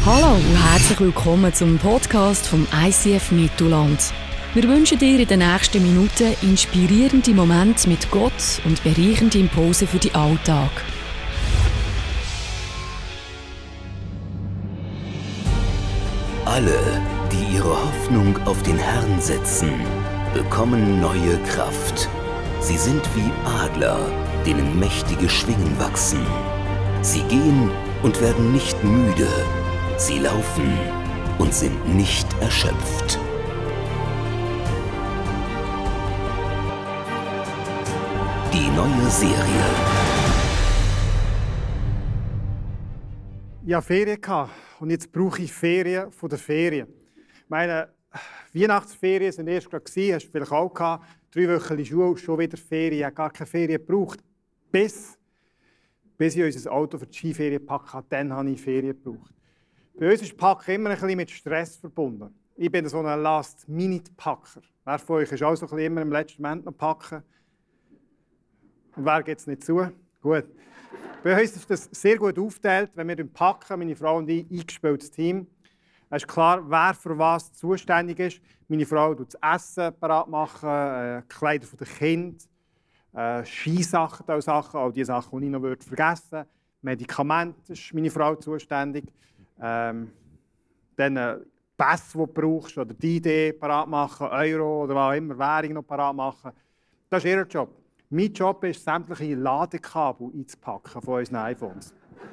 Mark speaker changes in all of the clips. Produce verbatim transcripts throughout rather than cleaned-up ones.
Speaker 1: Hallo und herzlich willkommen zum Podcast vom I C F Mittelland. Wir wünschen dir in den nächsten Minuten inspirierende Momente mit Gott und bereichernde Impulse für den Alltag.
Speaker 2: Alle, die ihre Hoffnung auf den Herrn setzen, bekommen neue Kraft. Sie sind wie Adler, denen mächtige Schwingen wachsen. Sie gehen und werden nicht müde. Sie laufen und sind nicht erschöpft. Die neue Serie.
Speaker 3: Ich hatte Ferien und jetzt brauche ich Ferien von der Ferien. Meine Weihnachtsferien waren erst gerade, hast du vielleicht auch gehabt. Drei Wochen Schule, schon wieder Ferien. Ich habe gar keine Ferien gebraucht. Bis, bis ich unser Auto für die Skiferien gepackt habe, dann habe ich Ferien gebraucht. Bei uns ist Packen immer ein bisschen mit Stress verbunden. Ich bin so ein Last-Minute-Packer. Wer von euch ist auch so ein bisschen immer im letzten Moment noch packen? Und wer geht es nicht zu? Gut. Bei uns ist das sehr gut aufgeteilt, wenn wir packen, meine Frau und ich, eingespieltes Team. Es ist klar, wer für was zuständig ist. Meine Frau macht das Essen parat machen, äh, Kleider der Kinder, äh, Skisachen, all Sachen, all die Sachen, die ich noch vergessen würde. Medikamente ist meine Frau zuständig. Ähm, dann äh, Pässe, die du brauchst, oder die Idee parat machen, Euro oder was auch immer, Währung noch parat machen. Das ist ihr Job. Mein Job ist, sämtliche Ladekabel einzupacken von unseren iPhones.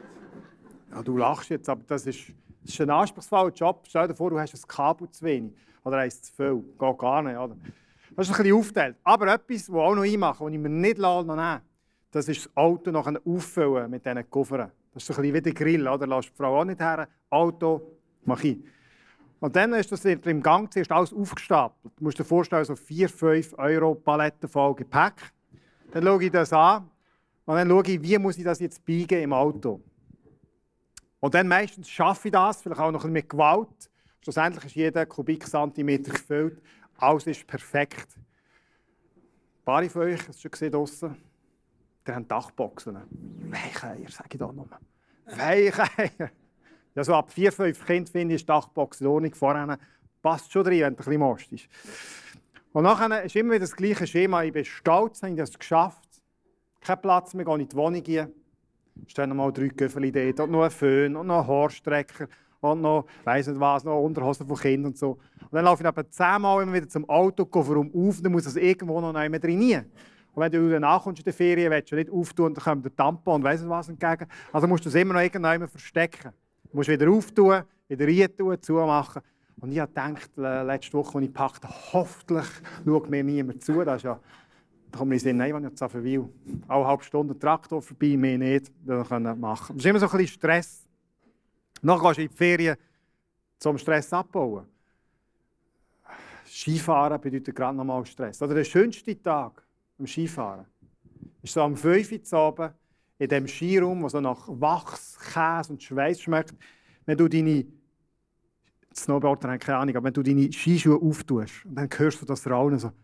Speaker 3: Ja, du lachst jetzt, aber das ist, das ist ein anspruchsvoller Job. Stell dir vor, du hast ein Kabel zu wenig oder eins zu viel. Geht gar nicht, oder? Das ist ein bisschen aufgeteilt. Aber etwas, das auch noch einmache, das ich mir nicht noch nehmen lasse, das ist das Auto noch auffüllen mit diesen Koffern. Das ist ein bisschen wie der Grill, oder? Lass die Frau auch nicht her. Auto, mach ich. Und dann ist das im Gang zuerst alles aufgestapelt. Du musst dir vorstellen, so vier, fünf Euro Paletten voll Gepäck. Dann schaue ich das an und dann schaue ich, wie muss ich das jetzt biegen im Auto. Und dann meistens schaffe ich das, vielleicht auch noch ein bisschen mit Gewalt. Schlussendlich ist jeder Kubikzentimeter gefüllt. Alles ist perfekt. Ein paar von euch, hast du schon gesehen draussen? Die haben Dachboxen. Weicheier, sage ich da nochmal. Weicheier. Ja, so ab vier, fünf Kindern finde ich Dachboxen in Ordnung. Vorher passt schon drin, wenn du ein bisschen mostest. Und nachher ist immer wieder das gleiche Schema. Ich bin stolz, dass ich das geschafft habe. Kein Platz mehr, gehe in die Wohnung rein. Stehen noch mal drei Köffel dort, und noch ein Föhn, und noch ein Haarstrecker, und noch, weiss nicht was, noch Unterhosen von Kindern und so. Und dann laufe ich etwa zehnmal immer wieder zum Auto, warum auf, dann muss das irgendwo noch nicht mehr drin. Und wenn du dann nachkommst in der Ferien, willst du nicht auftun, dann kommt der Tampon und weiss nicht was entgegen. Also musst du es immer noch irgendwo verstecken. Du musst wieder auftun, wieder reintun, zumachen. Und ich habe gedacht, letzte Woche, als ich packte, hoffentlich schaut mir niemand zu. Das ist ja, da kommt mir in den Sinn, nein, wenn ich zu Zafferwil alle halbe Stunde Traktor vorbei, mehr nicht, das können machen. Das ist immer so ein bisschen Stress. Dann gehst du in die Ferien, um Stress abbauen. Skifahren bedeutet gerade nochmal Stress. Oder der schönste Tag beim Skifahren ist so am fünf Uhr abends in diesem Skiraum, der so nach Wachs, Käse und Schweiß schmeckt, wenn du deine Snowboarder haben keine Ahnung, aber wenn du deine Skischuhe auftust und dann hörst du das Raunen so,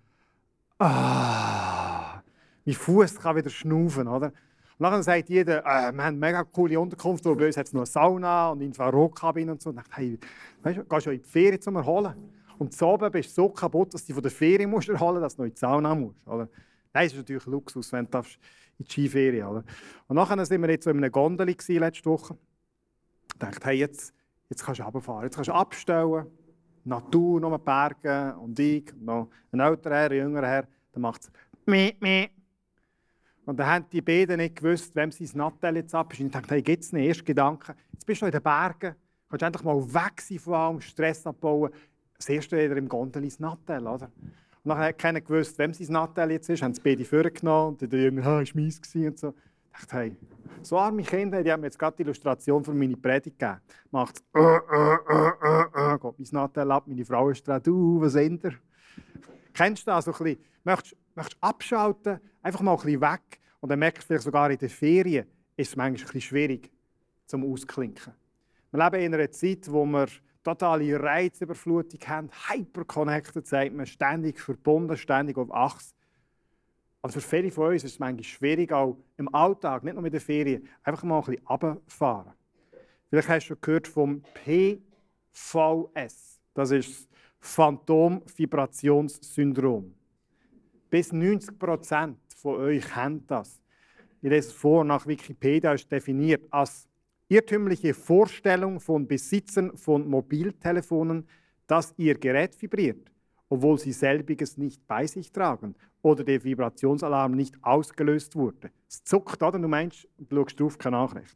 Speaker 3: ah, mein Fuß kann wieder schnaufen, oder? Und dann sagt jeder, äh, wir haben eine mega coole Unterkunft, wo bei uns hat es noch eine Sauna und Infrarotkabine und so. Und ich dachte, hey, weißt du, gehst du in die Ferien zum Erholen. Und zu oben bist du so kaputt, dass du dich von der Ferien musst erholen musst, dass du noch in die Sauna musst, oder? Das ist natürlich Luxus, wenn du in die Skiferien, oder? Und nachher waren wir jetzt so in einer Gondel letzte Woche. Ich dachte, hey, jetzt Jetzt kannst du runterfahren, jetzt kannst du abstellen, Natur, noch Berge und ich, und noch ein älterer Herr, ein jüngerer Herr, dann macht es «Meh, meh». Und dann haben die beiden nicht gewusst, wem sein Nattel jetzt ab ist. Und ich dachte, hey, gibt es einen ersten Gedanken, jetzt bist du in den Bergen, kannst endlich mal weg sein von allem, Stress abbauen. Das erste wieder im Gondel ins Nattel, oder? Und dann hat keiner gewusst, wem sein Nattel jetzt ist, haben sie beide vorgenommen und der Jünger, ah, es war meins und so. Ich dachte, hey, so arme Kinder, die haben mir jetzt gerade die Illustration für meine Predigt gegeben. Macht es, äh, äh, äh, äh, geht mein Nattel ab, meine Frau ist dran, du, was sind ihr? Kennst du das so ein bisschen? Möchtest du abschalten, einfach mal ein bisschen weg und dann merkst du vielleicht sogar in den Ferien, ist es manchmal ein bisschen schwierig zum Ausklinken. Wir leben in einer Zeit, wo wir totale Reizüberflutung haben, hyperconnected, sagt man, ständig verbunden, ständig auf Achse. Also für viele von uns ist es manchmal schwierig, auch im Alltag, nicht nur mit den Ferien, einfach mal ein bisschen runterfahren. Vielleicht hast du schon gehört vom P V S. Das ist das Phantomvibrationssyndrom. Bis neunzig Prozent von euch kennt das. Ich lese es vor, nach Wikipedia ist definiert als irrtümliche Vorstellung von Besitzern von Mobiltelefonen, dass ihr Gerät vibriert, obwohl sie selbiges nicht bei sich tragen oder der Vibrationsalarm nicht ausgelöst wurde. Es zuckt, oder? Du meinst, du schaust drauf, keine Nachricht.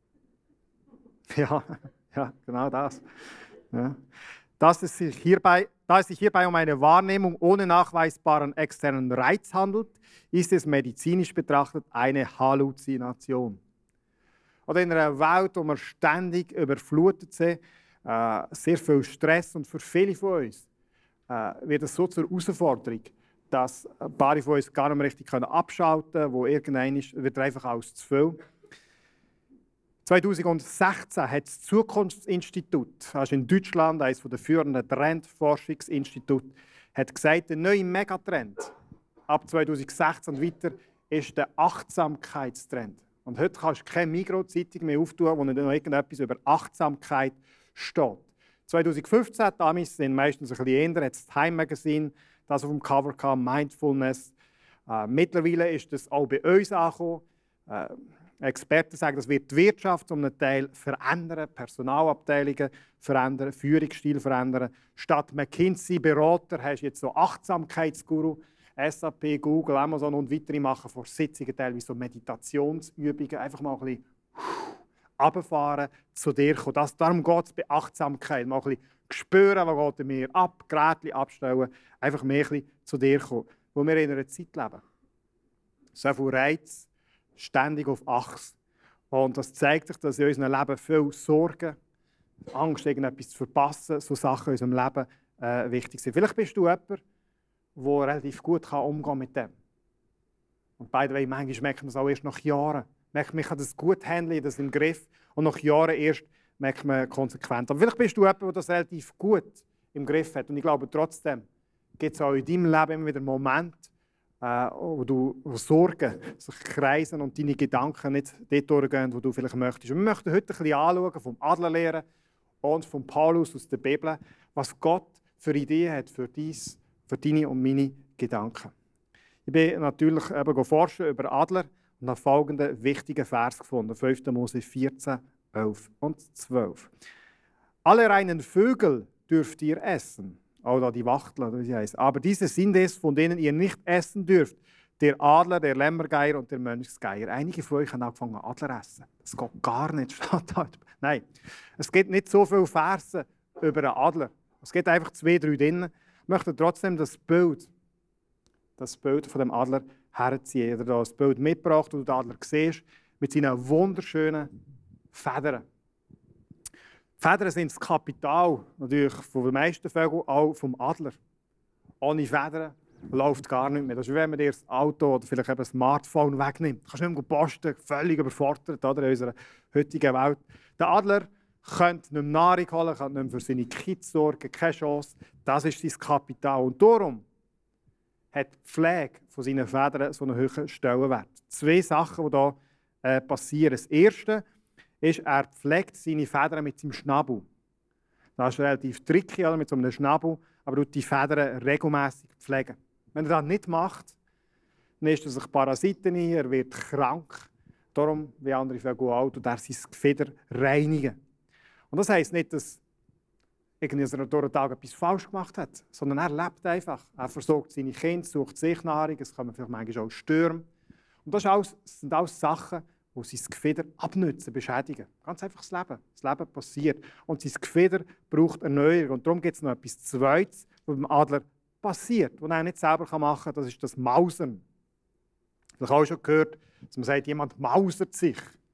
Speaker 3: Ja, ja, genau das. Ja. Dass es sich hierbei, da es sich hierbei um eine Wahrnehmung ohne nachweisbaren externen Reiz handelt, ist es medizinisch betrachtet eine Halluzination. Oder in einer Welt, wo wir ständig überflutet sind, äh, sehr viel Stress, und für viele von uns äh, wird es so zur Herausforderung, dass ein paar von uns gar nicht mehr richtig abschalten können, wo irgendwann wird einfach alles zu viel. zweitausendsechzehn hat das Zukunftsinstitut, das ist in Deutschland eines der führenden Trendforschungsinstitute, hat gesagt, der neue Megatrend ab zweitausendsechzehn und weiter ist der Achtsamkeitstrend. Und heute kannst du keine Migros-Zeitung mehr auftun, wo noch irgendetwas über Achtsamkeit steht. zweitausendfünfzehn, damals sind meistens ein bisschen eher, hat das Time Magazine das auf dem Cover kam, Mindfulness. Äh, mittlerweile ist das auch bei uns angekommen. Äh, Experten sagen, das wird die Wirtschaft um einen Teil verändern, Personalabteilungen verändern, Führungsstil verändern. Statt McKinsey-Berater hast du jetzt so Achtsamkeitsguru. S A P, Google, Amazon und weitere machen vor Sitzungen teilweise so Meditationsübungen. Einfach mal ein bisschen runterfahren, zu dir kommen. Das, darum geht es bei Achtsamkeit. Mal ein bisschen spüren, was geht mir ab, Geräte abstellen, einfach mehr ein bisschen zu dir kommen. Wo wir in einer Zeit leben. So viel Reiz, ständig auf Achse. Und das zeigt sich, dass in unserem Leben viel Sorgen, Angst, irgendetwas zu verpassen, so Sachen in unserem Leben äh, wichtig sind. Vielleicht bist du jemand, der relativ gut umgehen kann mit dem. Und by the way, manchmal merkt man das auch erst nach Jahren. Merkt man, man kann das gut handeln, das im Griff. Und nach Jahren erst merkt man konsequent. Aber vielleicht bist du jemand, der das relativ gut im Griff hat. Und ich glaube, trotzdem gibt es auch in deinem Leben immer wieder Momente, äh, wo du Sorgen sich kreisen und deine Gedanken nicht dort durchgehen, wo du vielleicht möchtest. Und wir möchten heute ein bisschen anschauen vom Adlerlehren und von Paulus aus der Bibel, was Gott für Ideen hat für dies. Für deine und meine Gedanken. Ich bin natürlich eben forschen über Adler und habe folgenden wichtigen Vers gefunden. fünfter Mose vierzehn, elf und zwölf. Alle reinen Vögel dürft ihr essen, oder die Wachtel, wie sie heißt. Aber diese sind es, von denen ihr nicht essen dürft. Der Adler, der Lämmergeier und der Mönchsgeier. Einige von euch haben angefangen, Adler zu essen. Das geht gar nicht. Nein, es gibt nicht so viele Verse über einen Adler. Es gibt einfach zwei, drei drin. Ich möchte trotzdem das Bild, das Bild von dem Adler herziehen. Ich habe da das Bild mitgebracht, wo du den Adler siehst, mit seinen wunderschönen Federn. Die Federn sind das Kapital natürlich von den meisten Vögeln, auch vom Adler. Ohne Federn läuft gar nicht mehr. Das ist wie wenn man dir das Auto oder vielleicht eben das Smartphone wegnimmt. Du kannst nicht mehr posten, völlig überfordert oder, in unserer heutigen Welt. Der Adler könnte nicht mehr Nahrung holen, kann nicht mehr für seine Kids sorgen, keine Chance. Das ist sein Kapital. Und darum hat die Pflege von seinen Federn so einen hohen Stellenwert. Zwei Sachen, die hier äh, passieren. Das erste ist, er pflegt seine Federn mit seinem Schnabel. Das ist relativ tricky, oder, mit so einem Schnabel, aber er die Federn regelmässig pflegen. Wenn er das nicht macht, dann ist er sich Parasiten ein, er wird krank. Darum, wie andere Vögel auch, tut er sein Gefieder reinigen. Und das heisst nicht, dass irgendwie er durch den Tag etwas falsch gemacht hat, sondern er lebt einfach. Er versorgt seine Kinder, sucht sich Nahrung, es kommen vielleicht manchmal auch Stürme. Und das, alles, das sind alles Sachen, die sein Gefieder abnützen, beschädigen. Ganz einfach das Leben. Das Leben passiert. Und sein Gefieder braucht Erneuerung. Und darum gibt es noch etwas Zweites, was beim Adler passiert, was er nicht selber machen kann, das ist das Mausern. Ich habe auch schon gehört, dass man sagt, jemand mausert sich.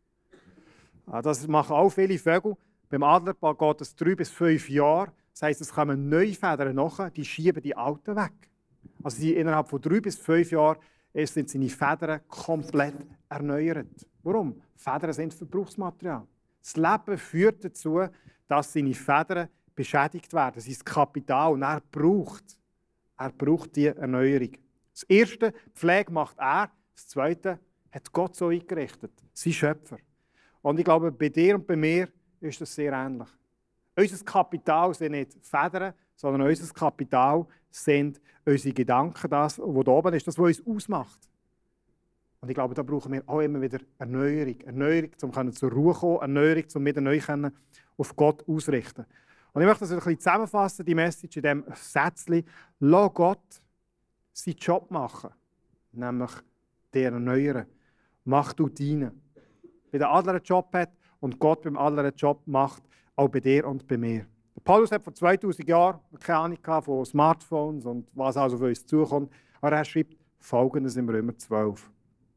Speaker 3: Das machen auch viele Vögel. Beim Adler geht es drei bis fünf Jahre. Das heisst, es kommen neue Federn nach, die schieben die alten weg. Also die, innerhalb von drei bis fünf Jahren sind seine Federn komplett erneuert. Warum? Federn sind Verbrauchsmaterial. Das Leben führt dazu, dass seine Federn beschädigt werden, sein Kapital. Und er braucht, er braucht diese Erneuerung. Das erste, die Pflege macht er. Das zweite, hat Gott so eingerichtet, sein Schöpfer. Und ich glaube, bei dir und bei mir ist ist das sehr ähnlich. Unser Kapital sind nicht Federn, sondern unser Kapital sind unsere Gedanken, das, was da oben ist, das, was uns ausmacht. Und ich glaube, da brauchen wir auch immer wieder Erneuerung. Erneuerung, um zur Ruhe zu kommen, Erneuerung, um wieder neu auf Gott auszurichten. Und ich möchte das ein bisschen zusammenfassen, die Message in diesem Sätzchen. Lass Gott seinen Job machen, nämlich den erneuern. Mach du deinen. Wenn der Adler einen Job hat und Gott beim Adler einen Job macht, auch bei dir und bei mir. Der Paulus hat vor zweitausend Jahren keine Ahnung von Smartphones und was also für uns zukommt, aber er schreibt Folgendes im Römer zwölf.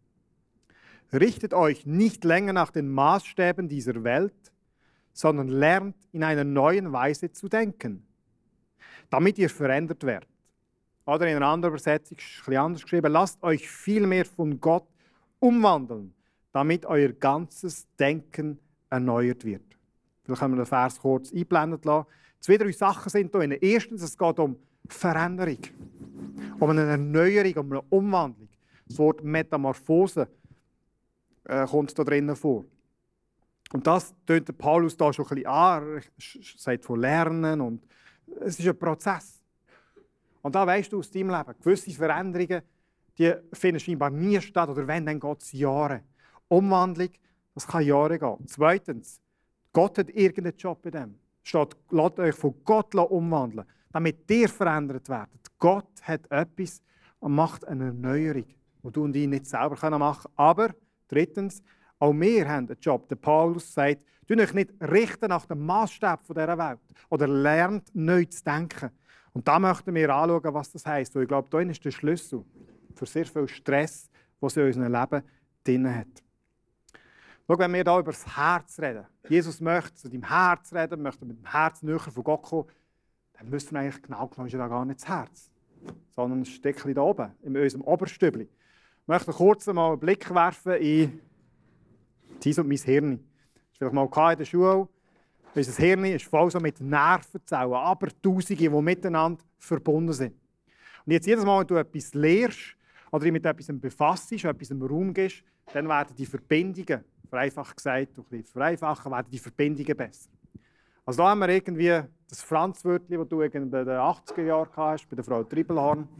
Speaker 3: Richtet euch nicht länger nach den Maßstäben dieser Welt, sondern lernt in einer neuen Weise zu denken, damit ihr verändert werdet. Oder in einer anderen Übersetzung, ist ein bisschen anders geschrieben, lasst euch vielmehr von Gott umwandeln, damit euer ganzes Denken erneuert wird. Vielleicht können wir den Vers kurz einblenden lassen. Zwei, drei Sachen sind hier. Erstens, es geht um Veränderung, um eine Erneuerung, um eine Umwandlung. Das Wort Metamorphose äh, kommt da drinnen vor. Und das tönt Paulus da schon ein bisschen an. Er sagt von Lernen und es ist ein Prozess. Und da weisst du aus deinem Leben, gewisse Veränderungen, die finden scheinbar nie statt oder wenn, dann geht es Jahre. Umwandlung, das kann Jahre gehen. Zweitens, Gott hat irgendeinen Job bei dem. Steht, lasst euch von Gott umwandeln, damit ihr verändert werdet. Gott hat etwas und macht eine Erneuerung, die du und ich nicht selber machen können. Aber drittens, auch wir haben einen Job. Der Paulus sagt, tut euch nicht richten nach dem Maßstab dieser Welt oder lernt neu zu denken. Und da möchten wir anschauen, was das heisst. Weil ich glaube, da ist der Schlüssel für sehr viel Stress, was in unserem Leben drin hat. Schau, wenn wir hier über das Herz reden, Jesus möchte zu deinem Herz reden, möchte mit dem Herz näher von Gott kommen, dann müssen wir eigentlich genau genommen, ist ja gar nicht das Herz, sondern ein Stückchen da oben, in unserem Oberstübli. Ich möchte kurz mal einen Blick werfen in dein und mein Hirn. Das ist vielleicht mal in der Schule. Unser Hirn ist voll so mit Nervenzellen, aber Tausende, die miteinander verbunden sind. Und jetzt jedes Mal, wenn du etwas lernst oder dich mit etwas befasst, etwas im Raum gehst, dann werden die Verbindungen, vereinfacht gesagt, ein bisschen vereinfachen, werden die Verbindungen besser. Also da haben wir irgendwie das Franzwörtli, das du in den achtziger Jahren hast, bei der Frau Triebelhorn.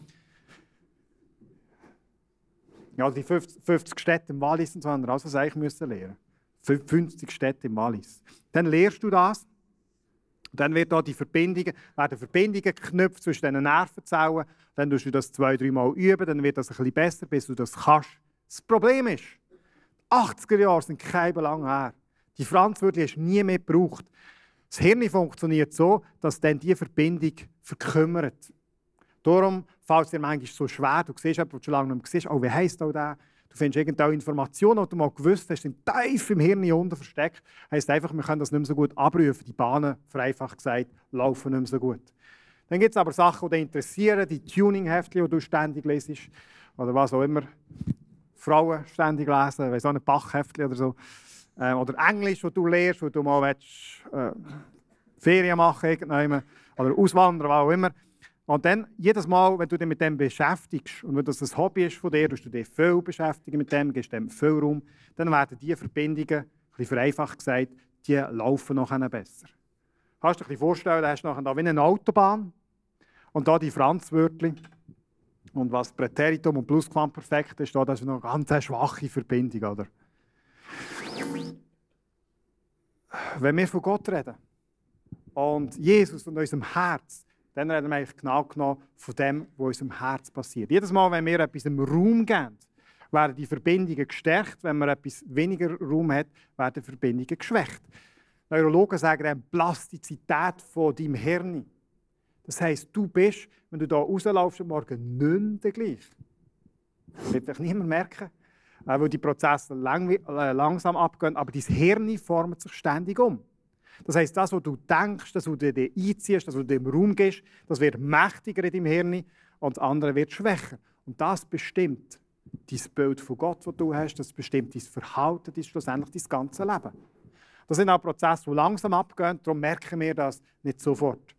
Speaker 3: Ja, die fünfzig Städte im Wallis und so haben wir also eigentlich müssen lernen. fünfzig Städte im Wallis. Dann lernst du das. Dann wird da die Verbindungen, werden Verbindungen geknüpft zwischen diesen Nervenzellen. Dann tust du das zwei, drei Mal üben, dann wird das ein bisschen besser, bis du das kannst. Das Problem ist, die achtziger Jahre sind keine lang her. Die Franzwörtli hast du nie mehr gebraucht. Das Hirn funktioniert so, dass dann diese Verbindung verkümmert. Darum fällt es dir manchmal so schwer. Du siehst jemanden, den du schon lange nicht mehr siehst. Oh, wie heisst auch der? Du findest irgendeine Informationen, die du mal gewusst hast, sind tief im Hirn unten versteckt. Das heisst einfach, wir können das nicht mehr so gut abrufen. Die Bahnen, vereinfacht gesagt, laufen nicht mehr so gut. Dann gibt es aber Sachen, die dich interessieren, die Tuning-Heftchen, die du ständig lesest. Oder was auch immer. Frauen ständig lesen, weiss auch nicht, Bachheftchen oder so. Äh, oder Englisch, das du lernst, wo du mal willst, äh, Ferien machen willst, oder auswandern, was auch immer. Und dann, jedes Mal, wenn du dich mit dem beschäftigst und wenn das ein Hobby ist von dir, du dich viel beschäftigen mit dem, gibst dem viel Raum, dann werden diese Verbindungen, ein bisschen vereinfacht gesagt, die laufen nachher besser. Kannst du dir vorstellen, du hast nachher da wie eine Autobahn und da die Franzwörtli. Und was Präteritum und Plusquamperfekt ist, da, das ist noch eine ganz schwache Verbindung. Oder? Wenn wir von Gott reden und Jesus und unserem Herz, dann reden wir eigentlich genau genommen von dem, was in unserem Herz passiert. Jedes Mal, wenn wir etwas im Raum geben, werden die Verbindungen gestärkt. Wenn man etwas weniger Raum hat, werden die Verbindungen geschwächt. Neurologen sagen dann Plastizität von deinem Hirn. Das heisst, du bist, wenn du hier rauslaufst am Morgen, nicht mehr gleich. Das wird vielleicht niemand merken, weil die Prozesse lang, äh, langsam abgehen, aber dein Hirn formt sich ständig um. Das heisst, das, was du denkst, das, was du dir einziehst, das, was du im Raum gehst, das wird mächtiger in deinem Hirn und das andere wird schwächer. Und das bestimmt dein Bild von Gott, das du hast, das bestimmt dein Verhalten, das schlussendlich dein ganzes Leben. Das sind auch Prozesse, die langsam abgehen, darum merken wir das nicht sofort.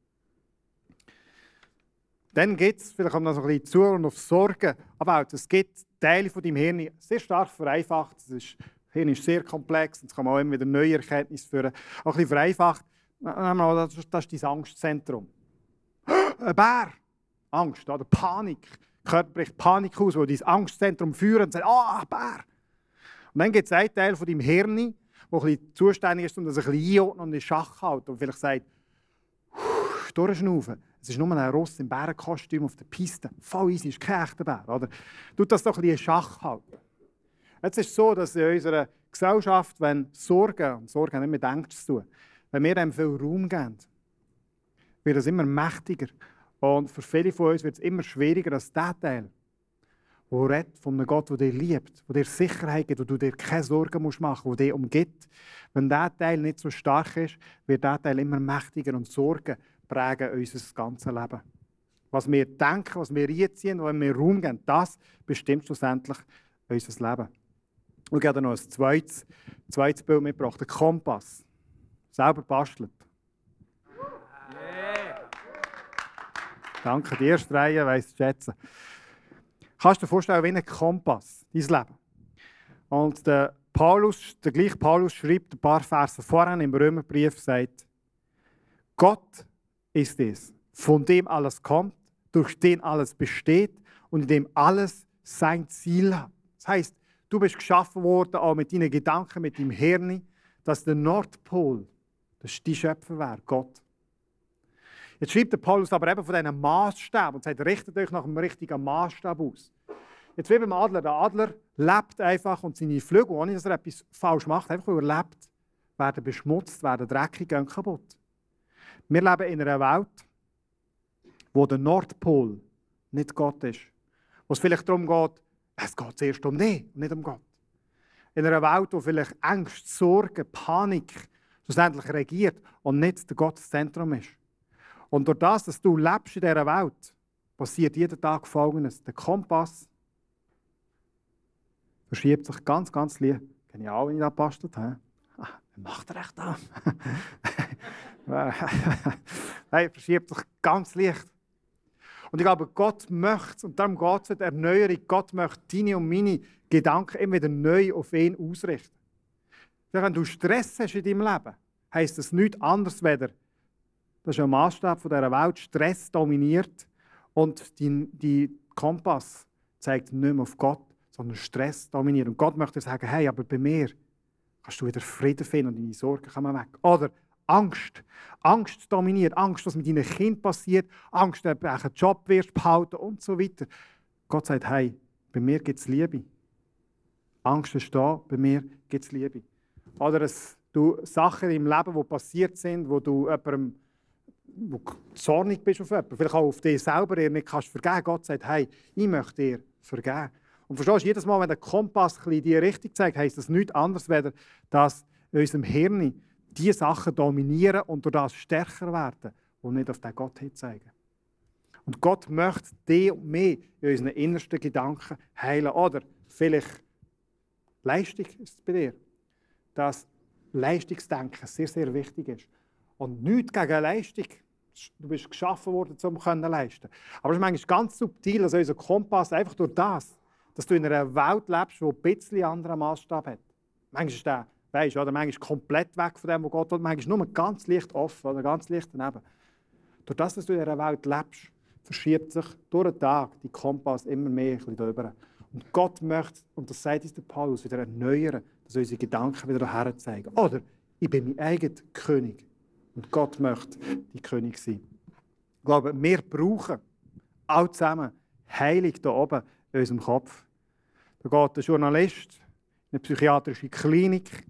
Speaker 3: Dann gibt es, vielleicht kommt noch ein bisschen zu und auf Sorgen, aber auch, es gibt Teile von deinem Hirn, sehr stark vereinfacht, das ist Das Hirn ist sehr komplex und es kann man auch immer wieder neue Erkenntnisse führen. Auch ein bisschen vereinfacht. Das ist dein Angstzentrum. Ein Bär. Angst oder Panik. Der Körper bricht Panik aus, wo dein Angstzentrum führt und sagt, ah, oh, Bär. Und dann gibt es einen Teil von deinem Hirn, der ein bisschen zuständig ist, um das ein bisschen einordnen und in Schach halten. Und vielleicht sagt, durchschnaufen. Es ist nur ein Ross im Bärenkostüm auf der Piste. Voll easy, ist kein echter Bär. Oder? Tut das doch ein bisschen in Schach halten. Jetzt ist es so, dass in unserer Gesellschaft, wenn Sorgen, und Sorgen haben nicht mit Angst zu tun, wenn wir dem viel Raum geben, wird es immer mächtiger. Und für viele von uns wird es immer schwieriger, als der Teil, der redet von einem Gott, der dich liebt, der dir Sicherheit gibt, wo du dir keine Sorgen machen musst, der dich umgibt. Wenn dieser Teil nicht so stark ist, wird dieser Teil immer mächtiger und Sorgen prägen unser ganzes Leben. Was wir denken, was wir reinziehen, wenn wir Raum geben, das bestimmt schlussendlich unser Leben. Und ich habe noch ein zweites, zweites Bild mitgebracht, den Kompass. Selber bastelt. Yeah. Danke, die erste Reihe weiss zu schätzen. Kannst du dir vorstellen, wie ein Kompass, dein Leben. Und der, Paulus, der gleiche Paulus schreibt ein paar Verse vorhin im Römerbrief, sagt, Gott ist es, von dem alles kommt, durch den alles besteht und in dem alles sein Ziel hat. Das heisst, du bist geschaffen worden, auch mit deinen Gedanken, mit deinem Hirn, dass der Nordpol, das ist dein Schöpfer wäre, Gott. Jetzt schreibt der Paulus aber eben von diesen Maßstäben und sagt, richtet euch nach dem richtigen Maßstab aus. Jetzt wie beim Adler. Der Adler lebt einfach und seine Flügel, ohne dass er etwas falsch macht, einfach weil er lebt, werden beschmutzt, werden dreckig, gehen kaputt. Wir leben in einer Welt, wo der Nordpol nicht Gott ist. Wo es vielleicht darum geht, es geht zuerst um dich und nicht um Gott. In einer Welt, wo vielleicht Angst, Sorgen, Panik schlussendlich regiert und nicht der Gott das Zentrum ist. Und durch das, dass du lebst in dieser Welt, passiert jeden Tag Folgendes. Der Kompass verschiebt sich ganz, ganz leicht. Genial, wenn ich das bastelt habe. Ah, wer macht er echt da? Nein, verschiebt sich ganz leicht. Und ich glaube, Gott möchte, und darum geht es in der Erneuerung, Gott möchte deine und meine Gedanken immer wieder neu auf ihn ausrichten. Wenn du Stress hast in deinem Leben, heisst das nichts anderes weder, das ist ein Maßstab dieser Welt, Stress dominiert und die, die Kompass zeigt nicht mehr auf Gott, sondern Stress dominiert. Und Gott möchte sagen, hey, aber bei mir kannst du wieder Frieden finden und deine Sorgen kommen weg. Oder Angst. Angst dominiert. Angst, was mit deinen Kindern passiert. Angst, ob du einen Job wirst behalten und so weiter. Gott sagt, hey, bei mir gibt es Liebe. Angst ist da, bei mir gibt es Liebe. Oder es, du Sachen im Leben, die passiert sind, wo du jemandem wo du zornig bist auf jemanden, vielleicht auch auf dich selber dir nicht kannst vergeben. Gott sagt, hey, ich möchte dir vergeben. Und verstehst du, jedes Mal, wenn der Kompass in die Richtung zeigt, heisst das nichts anderes, weder, dass in unserem Hirn diese Sachen dominieren und durch das stärker werden und nicht auf den Gott hinzeigen. Und Gott möchte dich und mich in unseren innersten Gedanken heilen. Oder vielleicht Leistung ist es bei dir, dass Leistungsdenken sehr, sehr wichtig ist. Und nichts gegen Leistung. Du bist geschaffen worden, um zu leisten. Aber es ist manchmal ganz subtil, dass unser Kompass einfach durch das, dass du in einer Welt lebst, die ein bisschen anderen Maßstab hat. Manchmal ist der, weißt du, oder manchmal komplett weg von dem, was Gott will, manchmal nur ganz leicht offen oder ganz leicht daneben. Durch das, dass du in einer Welt lebst, verschiebt sich durch den Tag die Kompass immer mehr ein bisschen darüber. Und Gott möchte, und das sagt uns der Paulus, wieder erneuern, dass unsere Gedanken wieder daher zeigen. Oder ich bin mein eigener König. Und Gott möchte die König sein. Ich glaube, wir brauchen alle zusammen Heilung hier oben in unserem Kopf. Da geht ein Journalist in eine psychiatrische Klinik,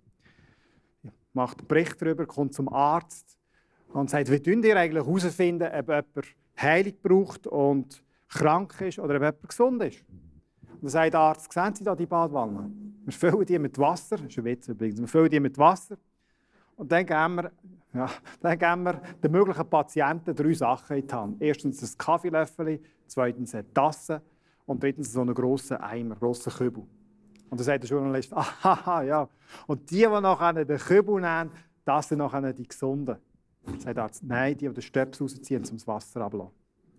Speaker 3: macht einen Bericht darüber, kommt zum Arzt und sagt, wie könnt ihr eigentlich herausfinden, ob jemand Heilung braucht und krank ist oder ob jemand gesund ist. Und dann sagt der Arzt, sehen Sie da die Badwanne? Wir füllen die mit Wasser, das ist ein Witz übrigens, wir füllen die mit Wasser und dann geben wir, ja, dann geben wir den möglichen Patienten drei Sachen in die Hand. Erstens ein Kaffeelöffel, zweitens eine Tasse und drittens so einen grossen Eimer, einen grossen Kübel. Und dann sagt der Journalist, aha, ja. Und die, die nachher den Kübel nehmen, das sind nachher die Gesunden. Dann sagt der Arzt, nein, die, die den Stöpsel rausziehen, um das Wasser abzulassen.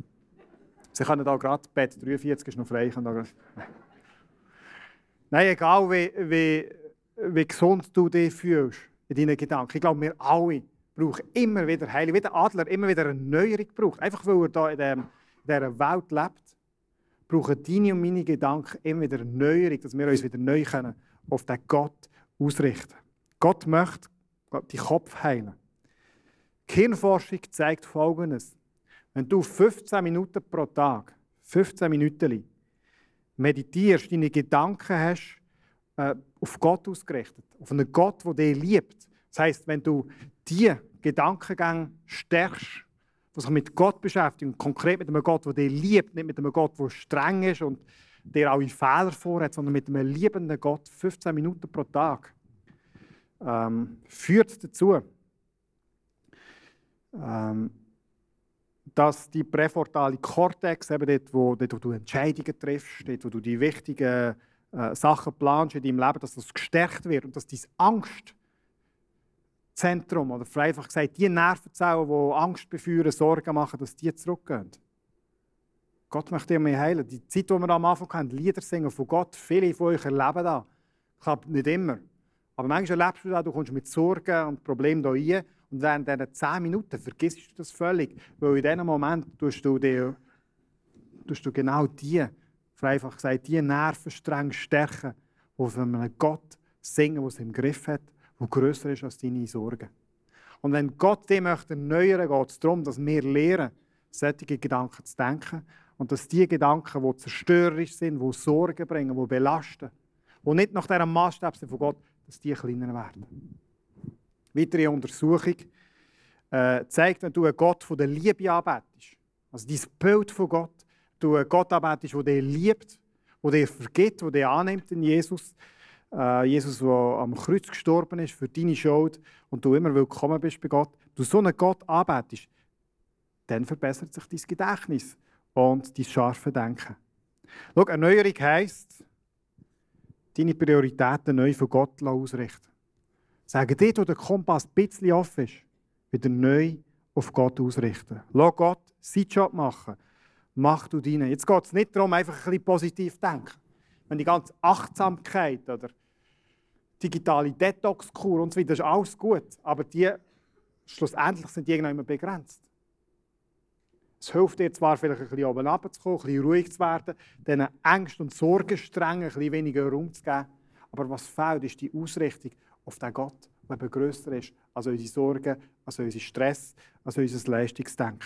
Speaker 3: Sie können da gerade, Bett dreiundvierzig ist noch frei. Nein, egal wie, wie wie gesund du dich fühlst in deinen Gedanken. Ich glaube, wir alle brauchen immer wieder Heilung, wie der Adler immer wieder eine Neuerung braucht. Einfach weil er hier in, dem, in dieser Welt lebt, brauchen deine und meine Gedanken immer wieder eine Neuerung, dass wir uns wieder neu können auf den Gott ausrichten können. Gott möchte die Kopf heilen. Die Hirnforschung zeigt Folgendes. Wenn du fünfzehn Minuten pro Tag, fünfzehn Minuten meditierst, deine Gedanken hast, äh, auf Gott ausgerichtet, auf einen Gott, der dich liebt. Das heisst, wenn du diese Gedankengänge stärkst, die sich mit Gott beschäftigen, konkret mit einem Gott, der dich liebt, nicht mit einem Gott, der streng ist und dir alle Fehler vorhat, sondern mit einem liebenden Gott, fünfzehn Minuten pro Tag, ähm, führt dazu, ähm, dass die präfrontale Kortex, eben dort, wo, dort, wo du Entscheidungen triffst, dort, wo du die wichtigen äh, Sachen planst in deinem Leben, dass das gestärkt wird und dass dein Angstzentrum, oder einfach gesagt, die Nervenzellen, die Angst befeuern, Sorgen machen, dass die zurückgehen. Gott möchte immer heilen. Die Zeit, die wir am Anfang haben, Lieder singen von Gott, viele von euch erleben das. Klappt nicht immer. Aber manchmal erlebst du das, du kommst mit Sorgen und Problemen hier rein und während diesen zehn Minuten vergisst du das völlig. Weil in diesem Moment tust du, die, tust du genau die, einfach gesagt, die Nervenstränge stärken, die von einem Gott singen, der es im Griff hat, der grösser ist als deine Sorgen. Und wenn Gott dich möchte erneuern, geht es darum, dass wir lernen, solche Gedanken zu denken und dass die Gedanken, die zerstörerisch sind, die Sorgen bringen, die belasten, die nicht nach diesem Maßstab sind von Gott, dass die kleiner werden. Weitere Untersuchung äh, zeigt, wenn du einen Gott von der Liebe anbetest, also dein Bild von Gott, du einen Gott anbetest, der dich liebt, der dir vergibt, der dich annimmt in Jesus, äh, Jesus, der am Kreuz gestorben ist für deine Schuld und du immer willkommen bist bei Gott, du so einen Gott anbetest, dann verbessert sich dein Gedächtnis und dein scharfe Denken. Schau, Erneuerung heisst, deine Prioritäten neu von Gott ausrichten. Sagen, dort, wo der Kompass ein bisschen off ist, wieder neu auf Gott ausrichten. Lass Gott seinen Job machen. Mach du deinen. Jetzt geht es nicht darum, einfach ein bisschen positiv zu denken. Wenn die ganze Achtsamkeit oder digitale Detox-Kur und so weiter, das ist alles gut. Aber die, schlussendlich sind die irgendwann immer begrenzt. Es hilft dir zwar vielleicht ein bisschen oben runterzukommen, ein bisschen ruhig zu werden, diesen Ängsten und Sorgensträngen ein bisschen weniger Raum zu geben. Aber was fehlt, ist die Ausrichtung auf den Gott, der eben grösser ist als unsere Sorgen, als unser Stress, als unser Leistungsdenken.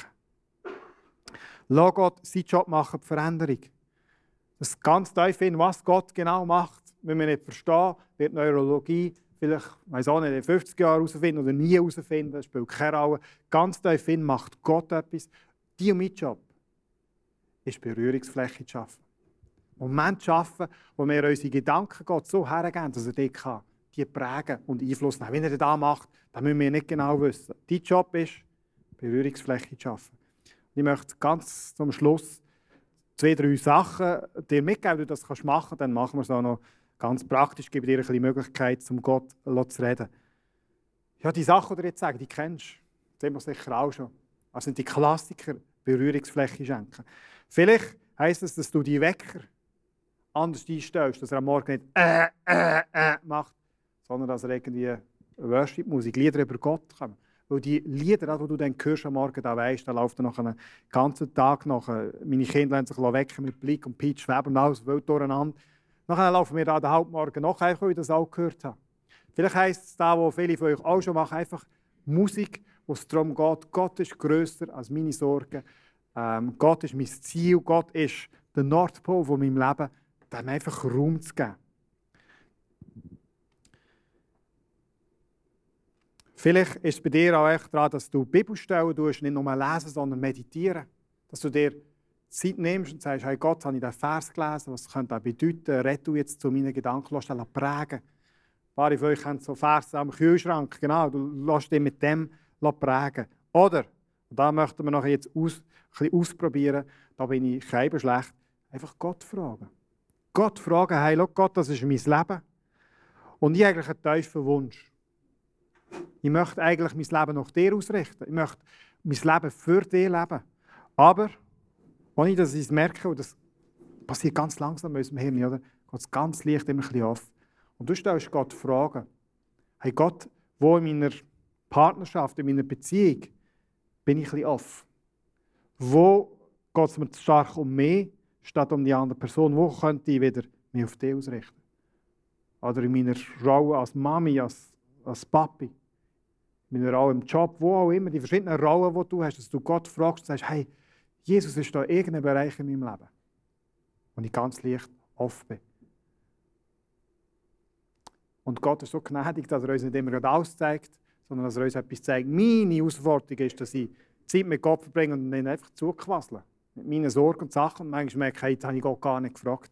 Speaker 3: Lass Gott seinen Job machen, die Veränderung. Das ganz tief in, was Gott genau macht, wenn wir nicht verstehen, wird Neurologie vielleicht, ich weiss auch nicht, in fünfzig Jahren herausfinden oder nie herausfinden, das spielt keine Rolle. Ganz tief in macht Gott etwas. Dein und mein Job ist Berührungsfläche zu schaffen. Moment zu schaffen, wo wir unsere Gedanken Gott so hergeben, dass er die kann, die prägen und Einfluss nehmen. Wenn er das macht, dann müssen wir nicht genau wissen. Dein Job ist, Berührungsfläche zu schaffen. Ich möchte ganz zum Schluss zwei, drei Sachen dir mitgeben, wie du das machen kannst. Dann machen wir es auch noch ganz praktisch. Ich gebe dir ein bisschen Möglichkeit, um Gott zu reden. Ja, die Sachen, die ich jetzt sage, die kennst du. Das sehen wir sicher auch schon. Das sind die Klassiker, Berührungsfläche schenken. Vielleicht heisst es, dass du die Wecker anders einstellst, dass er am Morgen nicht äh, äh, äh macht, sondern dass er irgendwie Worship-Musik, Lieder über Gott kommen. Weil die Lieder, die du dann hörst am Morgen, da weisst, da läuft noch einen ganzen Tag nach. Meine Kinder lassen sich wecken mit Blick und Peach, Schweb und alles wild durcheinander. Nachher laufen wir da den Hauptmorgen noch, einfach, weil ich das auch gehört habe. Vielleicht heisst es da, was viele von euch auch schon machen, einfach Musik, wo es darum geht, Gott ist grösser als meine Sorgen. Ähm, Gott ist mein Ziel, Gott ist der Nordpol von meinem Leben. Dem einfach Raum zu geben. Vielleicht ist es bei dir auch echt daran, dass du Bibelstellen tust, nicht nur lesen, sondern meditieren. Dass du dir Zeit nimmst und sagst, hey Gott, habe ich diesen Vers gelesen, was könnte das bedeuten? Red du jetzt zu meinen Gedanken, lass dich prägen. Ein paar von euch haben so Verse am Kühlschrank, genau, du lässt dich mit dem prägen. Oder, und da möchten wir noch jetzt aus, ein bisschen ausprobieren, da bin ich kein schlecht, einfach Gott fragen. Gott fragen, hey, schau, Gott, das ist mein Leben. Und ich habe eigentlich einen tiefen Wunsch. Ich möchte eigentlich mein Leben nach dir ausrichten. Ich möchte mein Leben für dich leben. Aber, ohne dass ich es merke, und das passiert ganz langsam in unserem Hirn, oder? Geht es ganz leicht immer ein bisschen auf. Und du stellst Gott Fragen. Hey Gott, wo in meiner Partnerschaft, in meiner Beziehung bin ich ein bisschen off? Wo geht es mir zu stark um mich, statt um die andere Person? Wo könnte ich wieder mich auf dich ausrichten? Oder in meiner Rolle als Mami, als, als Papi, in meiner Rolle im Job, wo auch immer, die verschiedenen Rollen, die du hast, dass du Gott fragst und sagst, hey, Jesus, ist da irgendein Bereich in meinem Leben, wo ich ganz leicht offen bin. Und Gott ist so gnädig, dass er uns nicht immer alles zeigt, sondern dass er uns etwas zeigt. Meine Herausforderung ist, dass ich Zeit mit Gott verbringe und ihn einfach zuquasseln. Mit meinen Sorgen und Sachen. Und manchmal merke ich, jetzt habe ich Gott gar nicht gefragt.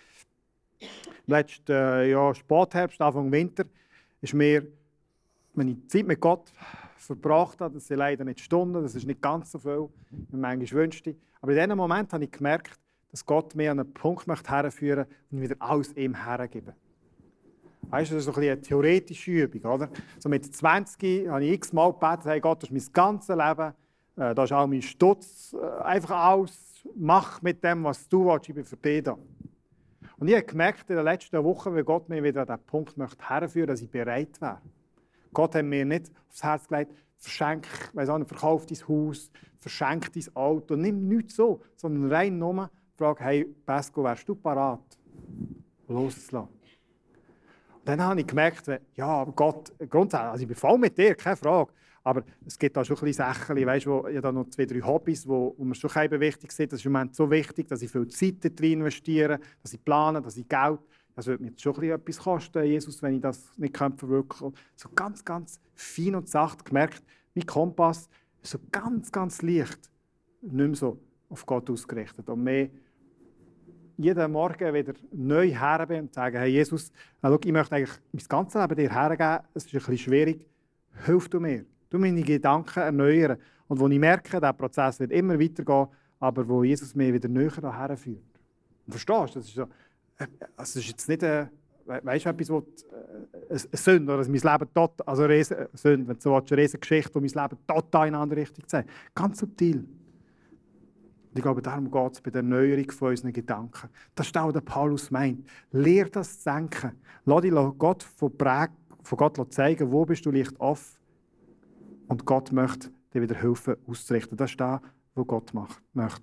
Speaker 3: Letzten äh, ja, Spätherbst, Anfang Winter, ist mir, wenn ich Zeit mit Gott verbracht habe, das sind leider nicht Stunden, das ist nicht ganz so viel, wie man manchmal wünschte. Aber in diesem Moment habe ich gemerkt, dass Gott mir an einen Punkt möchte herführen und wieder alles ihm hergeben. Weißt du, das ist so ein eine theoretische Übung, oder? So mit zwanzig habe ich x-mal gebetet, hey Gott, das ist mein ganzes Leben, äh, da ist auch mein Stutz, äh, einfach alles, mach mit dem, was du willst, ich bin für dich da. Und ich habe gemerkt in den letzten Wochen, wie Gott mir wieder an diesen Punkt möchte herführen, dass ich bereit wäre. Gott hat mir nicht aufs Herz gelegt, verschenk, weiss auch nicht, verkauf dein Haus, verschenk dein Auto, nimm nichts so, sondern rein nur, frag, hey Pasco, wärst du parat, loszulassen? Dann habe ich gemerkt, ja, Gott, grundsätzlich, also ich bin voll mit dir, keine Frage, aber es gibt da schon ein bisschen Sachen, weißt, wo ich habe noch zwei, drei Hobbys, wo, wo mir schon eben wichtig sind. Das ist im Moment so wichtig, dass ich viel Zeit darin investiere, dass ich plane, dass ich Geld, das würde mir jetzt schon ein bisschen etwas kosten, Jesus, wenn ich das nicht verwirklichen kann. So ganz, ganz fein und sacht gemerkt, mein Kompass ist so ganz, ganz leicht nicht mehr so auf Gott ausgerichtet und mehr jeden Morgen wieder neu hergeben und sagen, hey Jesus, schau, ich möchte eigentlich mein ganzes Leben dir hergeben, es ist ein bisschen schwierig, hilf du mir. Du meine Gedanken erneuern. Und wo ich merke, der Prozess wird immer weitergehen, aber wo Jesus mich wieder näher daher führt. Und verstehst du, das ist, so, das ist jetzt nicht eine, weißt du, etwas, wo, eine Sünde, oder mein Leben total, also eine Sünde, wenn du so willst, eine riesige Geschichte, wo mein Leben total in eine andere Richtung zeigt. Ganz subtil. Und ich glaube, darum geht es bei der Erneuerung von unseren Gedanken. Das ist auch, was Paulus meint. Lehr das zu denken. Lass dich Gott von, von Gott zeigen, wo bist du leicht offen. Und Gott möchte dir wieder helfen, auszurichten. Das ist das, was Gott macht, möchte.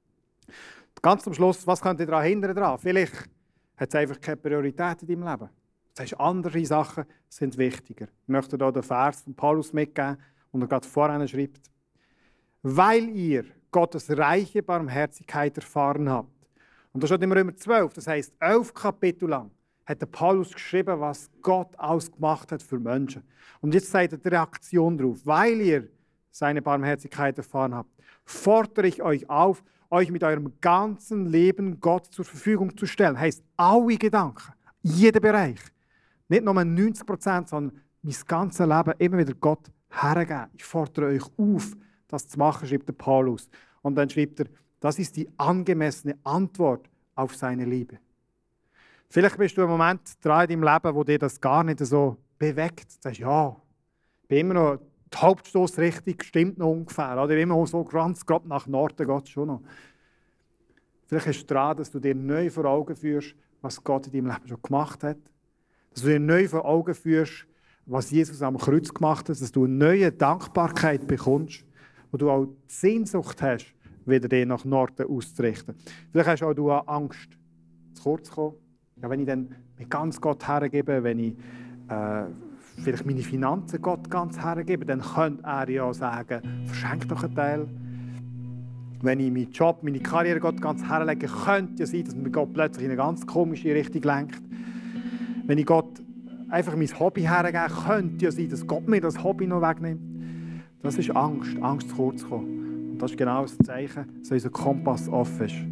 Speaker 3: Ganz zum Schluss, was könnte daran hindern? Daran? Vielleicht hat es einfach keine Priorität in deinem Leben. Das heißt, andere Sachen sind wichtiger. Ich möchte hier den Vers von Paulus mitgeben, und er gerade vorhin schreibt, weil ihr Gottes reiche Barmherzigkeit erfahren habt. Und das steht im Römer zwölf, das heisst, elf Kapitel lang hat der Paulus geschrieben, was Gott ausgemacht hat für Menschen. Und jetzt seid ihr die Reaktion darauf. Weil ihr seine Barmherzigkeit erfahren habt, fordere ich euch auf, euch mit eurem ganzen Leben Gott zur Verfügung zu stellen. Heisst, alle Gedanken, jeden Bereich. Nicht nur neunzig Prozent, sondern mein ganzes Leben immer wieder Gott hergeben. Ich fordere euch auf, das zu machen, schreibt der Paulus. Und dann schreibt er, das ist die angemessene Antwort auf seine Liebe. Vielleicht bist du im Moment dran in deinem Leben, wo dir das gar nicht so bewegt. Du sagst, ja, ich bin immer noch, die Hauptstoßrichtung stimmt noch ungefähr. Oder immer so ganz grob nach Norden geht es schon noch. Vielleicht ist es dran, dass du dir neu vor Augen führst, was Gott in deinem Leben schon gemacht hat. Dass du dir neu vor Augen führst, was Jesus am Kreuz gemacht hat. Dass du eine neue Dankbarkeit bekommst, wo du auch die Sehnsucht hast, wieder dich nach Norden auszurichten. Vielleicht hast auch du auch Angst, zu kurz zu kommen. Ja, wenn ich dann mit ganz Gott hergebe, wenn ich äh, vielleicht meine Finanzen Gott ganz hergebe, dann könnte er ja sagen, verschenk doch einen Teil. Wenn ich meinen Job, meine Karriere Gott ganz herlege, könnte ja sein, dass mir Gott plötzlich in eine ganz komische Richtung lenkt. Wenn ich Gott einfach mein Hobby hergebe, könnte ja sein, dass Gott mir das Hobby noch wegnimmt. Das ist Angst, Angst zu kurz zu kommen. Und das ist genau das Zeichen, dass unser Kompass offen ist.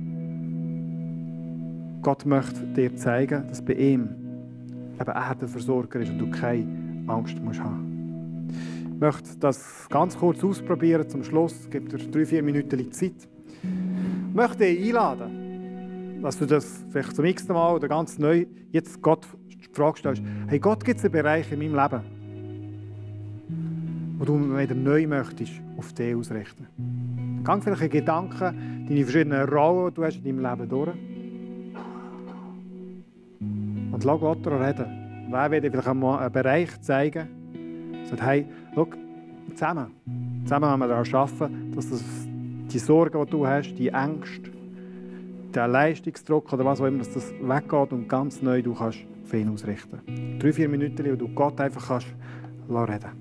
Speaker 3: Gott möchte dir zeigen, dass bei ihm eben er der Versorger ist und du keine Angst musst haben. Ich möchte das ganz kurz ausprobieren zum Schluss. Es gibt dir drei, vier Minuten Zeit. Ich möchte dich einladen, dass du das vielleicht zum x-ten Mal oder ganz neu jetzt Gott die Frage stellst, hey Gott, gibt es einen Bereich in meinem Leben, wo du wieder neu möchtest auf dich ausrichten? Gang vielleicht in Gedanken, deine verschiedenen Rollen, die du hast in deinem Leben durch. Und lass Gott reden. Wer will dir vielleicht einmal einen Bereich zeigen? Sagt, hey, schau, zusammen. Zusammen wollen wir daran arbeiten, dass das, die Sorgen, die du hast, die Ängste, der Leistungsdruck oder was auch immer, dass das weggeht und ganz neu du kannst auf ihn ausrichten. Drei, vier Minuten, wo du Gott einfach kannst reden.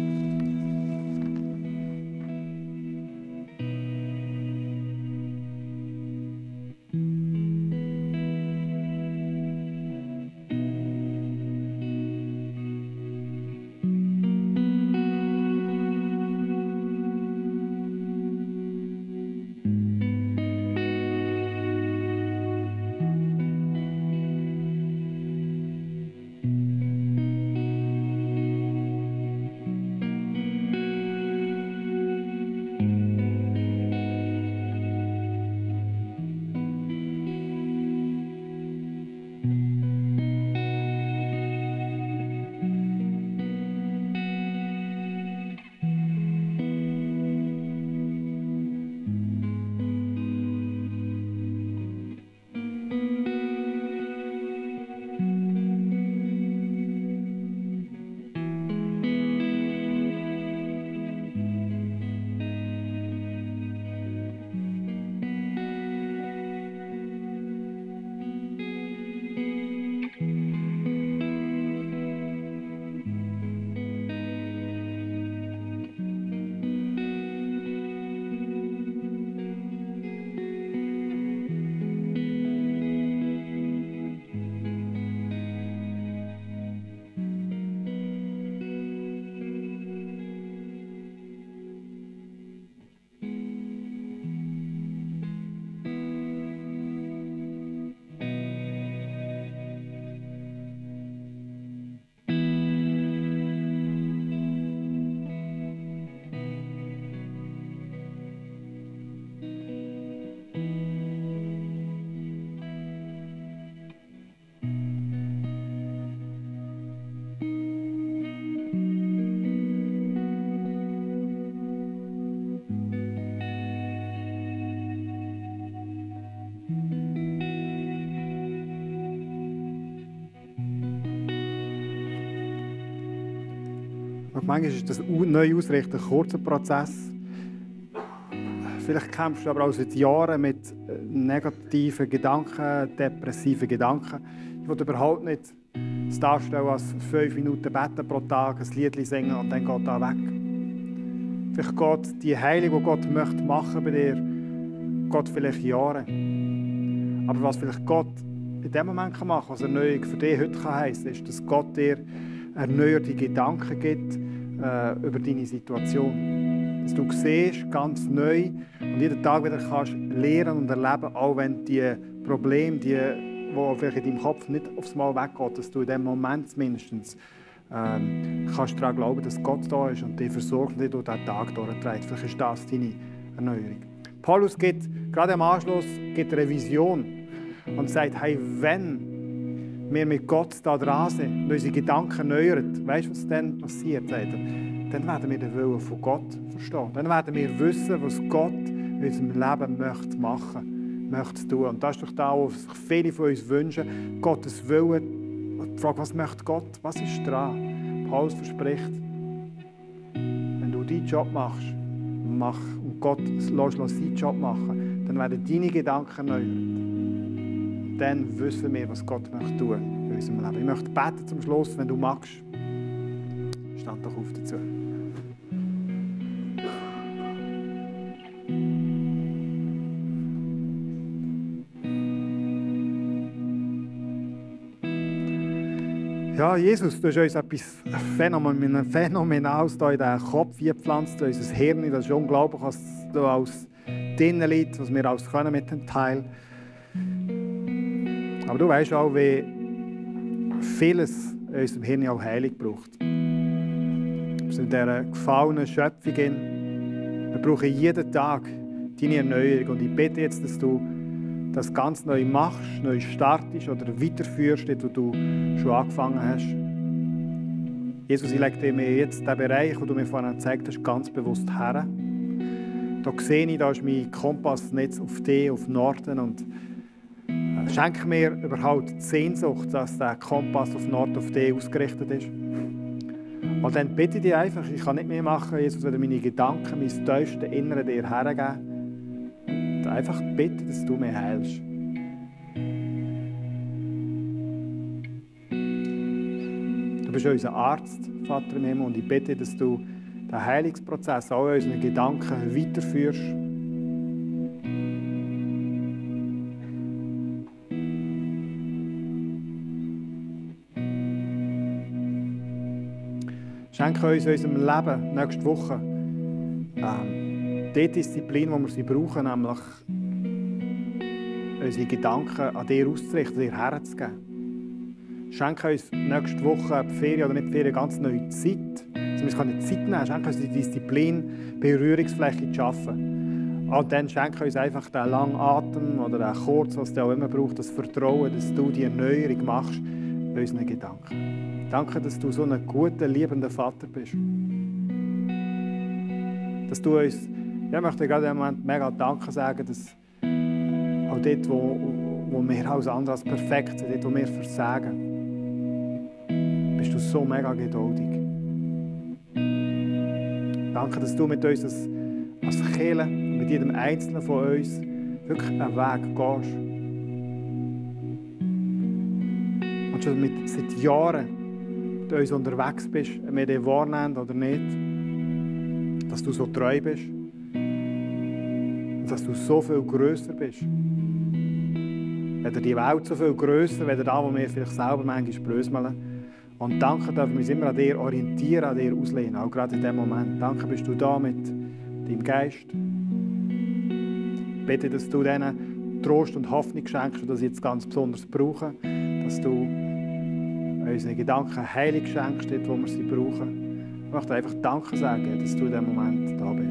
Speaker 3: Manchmal ist das Neuausrichten ein kurzer Prozess. Vielleicht kämpfst du aber auch seit Jahren mit negativen Gedanken, depressiven Gedanken. Ich will überhaupt nicht das darstellen als fünf Minuten beten pro Tag, ein Lied singen und dann geht das weg. Vielleicht geht die Heilung, die Gott möchte machen bei dir, geht vielleicht Jahre. Aber was vielleicht Gott in dem Moment machen kann, was Erneuerung für dich heute heissen kann, ist, dass Gott dir erneuerte Gedanken gibt äh, über deine Situation. Dass du siehst, ganz neu und jeden Tag wieder kannst lernen und erleben, auch wenn die Probleme, die, die vielleicht in deinem Kopf nicht aufs Mal weggehen, dass du in dem Moment mindestens ähm, kannst daran glauben, dass Gott da ist und dich versorgt und dich durch diesen Tag durchträgt. Vielleicht ist das deine Erneuerung. Paulus gibt gerade am Anschluss gibt eine Vision und sagt, hey, wenn wir mit Gott da dran sind und unsere Gedanken erneuern, weißt du, was dann passiert? Sagt er, dann werden wir den Willen von Gott verstehen. Dann werden wir wissen, was Gott in unserem Leben möchte machen, möchte tun. Und das ist doch da, was sich viele von uns wünschen, Gottes Willen. Die Frage, was möchte Gott? Was ist dran? Paulus verspricht, wenn du deinen Job machst mach, und Gott lässt seinen Job machen, dann werden deine Gedanken erneuert. Dann wissen wir, was Gott möchte tun in unserem Leben. Ich möchte beten zum Schluss, wenn du magst. Stand doch auf dazu. Ja, Jesus, du hast uns etwas Phänomenales hier in den Kopf gepflanzt, in unser Hirn. Das ist unglaublich, was da alles drin liegt, was wir alles können mit dem Teil. Aber du weißt auch, wie vieles in unserem Hirn auch Heilung braucht. Wir sind in dieser gefallenen Schöpfung. Wir brauchen jeden Tag deine Erneuerung. Und ich bitte jetzt, dass du das ganz neu machst, neu startest oder weiterführst, wo du schon angefangen hast. Jesus, ich lege mir jetzt den Bereich, den du mir vorhin gezeigt hast, ganz bewusst her. Da sehe ich, da ist mein Kompass nicht auf dich, auf Norden. Und Äh, schenk mir überhaupt die Sehnsucht, dass der Kompass auf Nord auf dich ausgerichtet ist. Und dann bitte ich dich einfach, ich kann nicht mehr machen, Jesus, wenn meine Gedanken, mein tiefstes Innere dir hergeben. Und einfach bitte, dass du mich heilst. Du bist unser Arzt, Vater im Himmel, und ich bitte, dass du den Heilungsprozess all unseren Gedanken weiterführst. Schenke uns in unserem Leben nächste Woche ähm, die Disziplin, die wir sie brauchen, nämlich unsere Gedanken an dir auszurichten, dir herzugeben. Schenke uns nächste Woche die Ferien oder nicht die Ferien, ganz neue Zeit. Also wir können Zeit nehmen, schenke uns die Disziplin, Berührungsfläche zu schaffen. Und dann schenke uns einfach den langen Atem oder den kurz, was du auch immer brauchst, das Vertrauen, dass du die Erneuerung machst bei unseren Gedanken. Danke, dass du so ein guter, liebender Vater bist. Dass du uns, ja, ich möchte gerade im Moment mega Danke sagen, dass auch dort, wo, wo wir als andere als perfekt sind, dort, wo wir versagen, bist du so mega geduldig. Danke, dass du mit uns als, als Kirche, mit jedem Einzelnen von uns wirklich einen Weg gehst. Und schon mit, seit Jahren mit uns unterwegs bist, ob wir dich wahrnehmen oder nicht, dass du so treu bist und dass du so viel grösser bist. Weder die Welt so viel grösser, weder da, wo wir vielleicht selber manchmal bröseln. Und danke, dürfen wir uns immer an dir orientieren, an dir auslehnen, auch gerade in diesem Moment. Danke, bist du da mit deinem Geist. Bitte, dass du denen Trost und Hoffnung schenkst und das jetzt ganz besonders brauchen, dass du unseren Gedanken Heilung schenkst, dort, wo wir sie brauchen. Ich möchte einfach Danke sagen, dass du in diesem Moment da bist.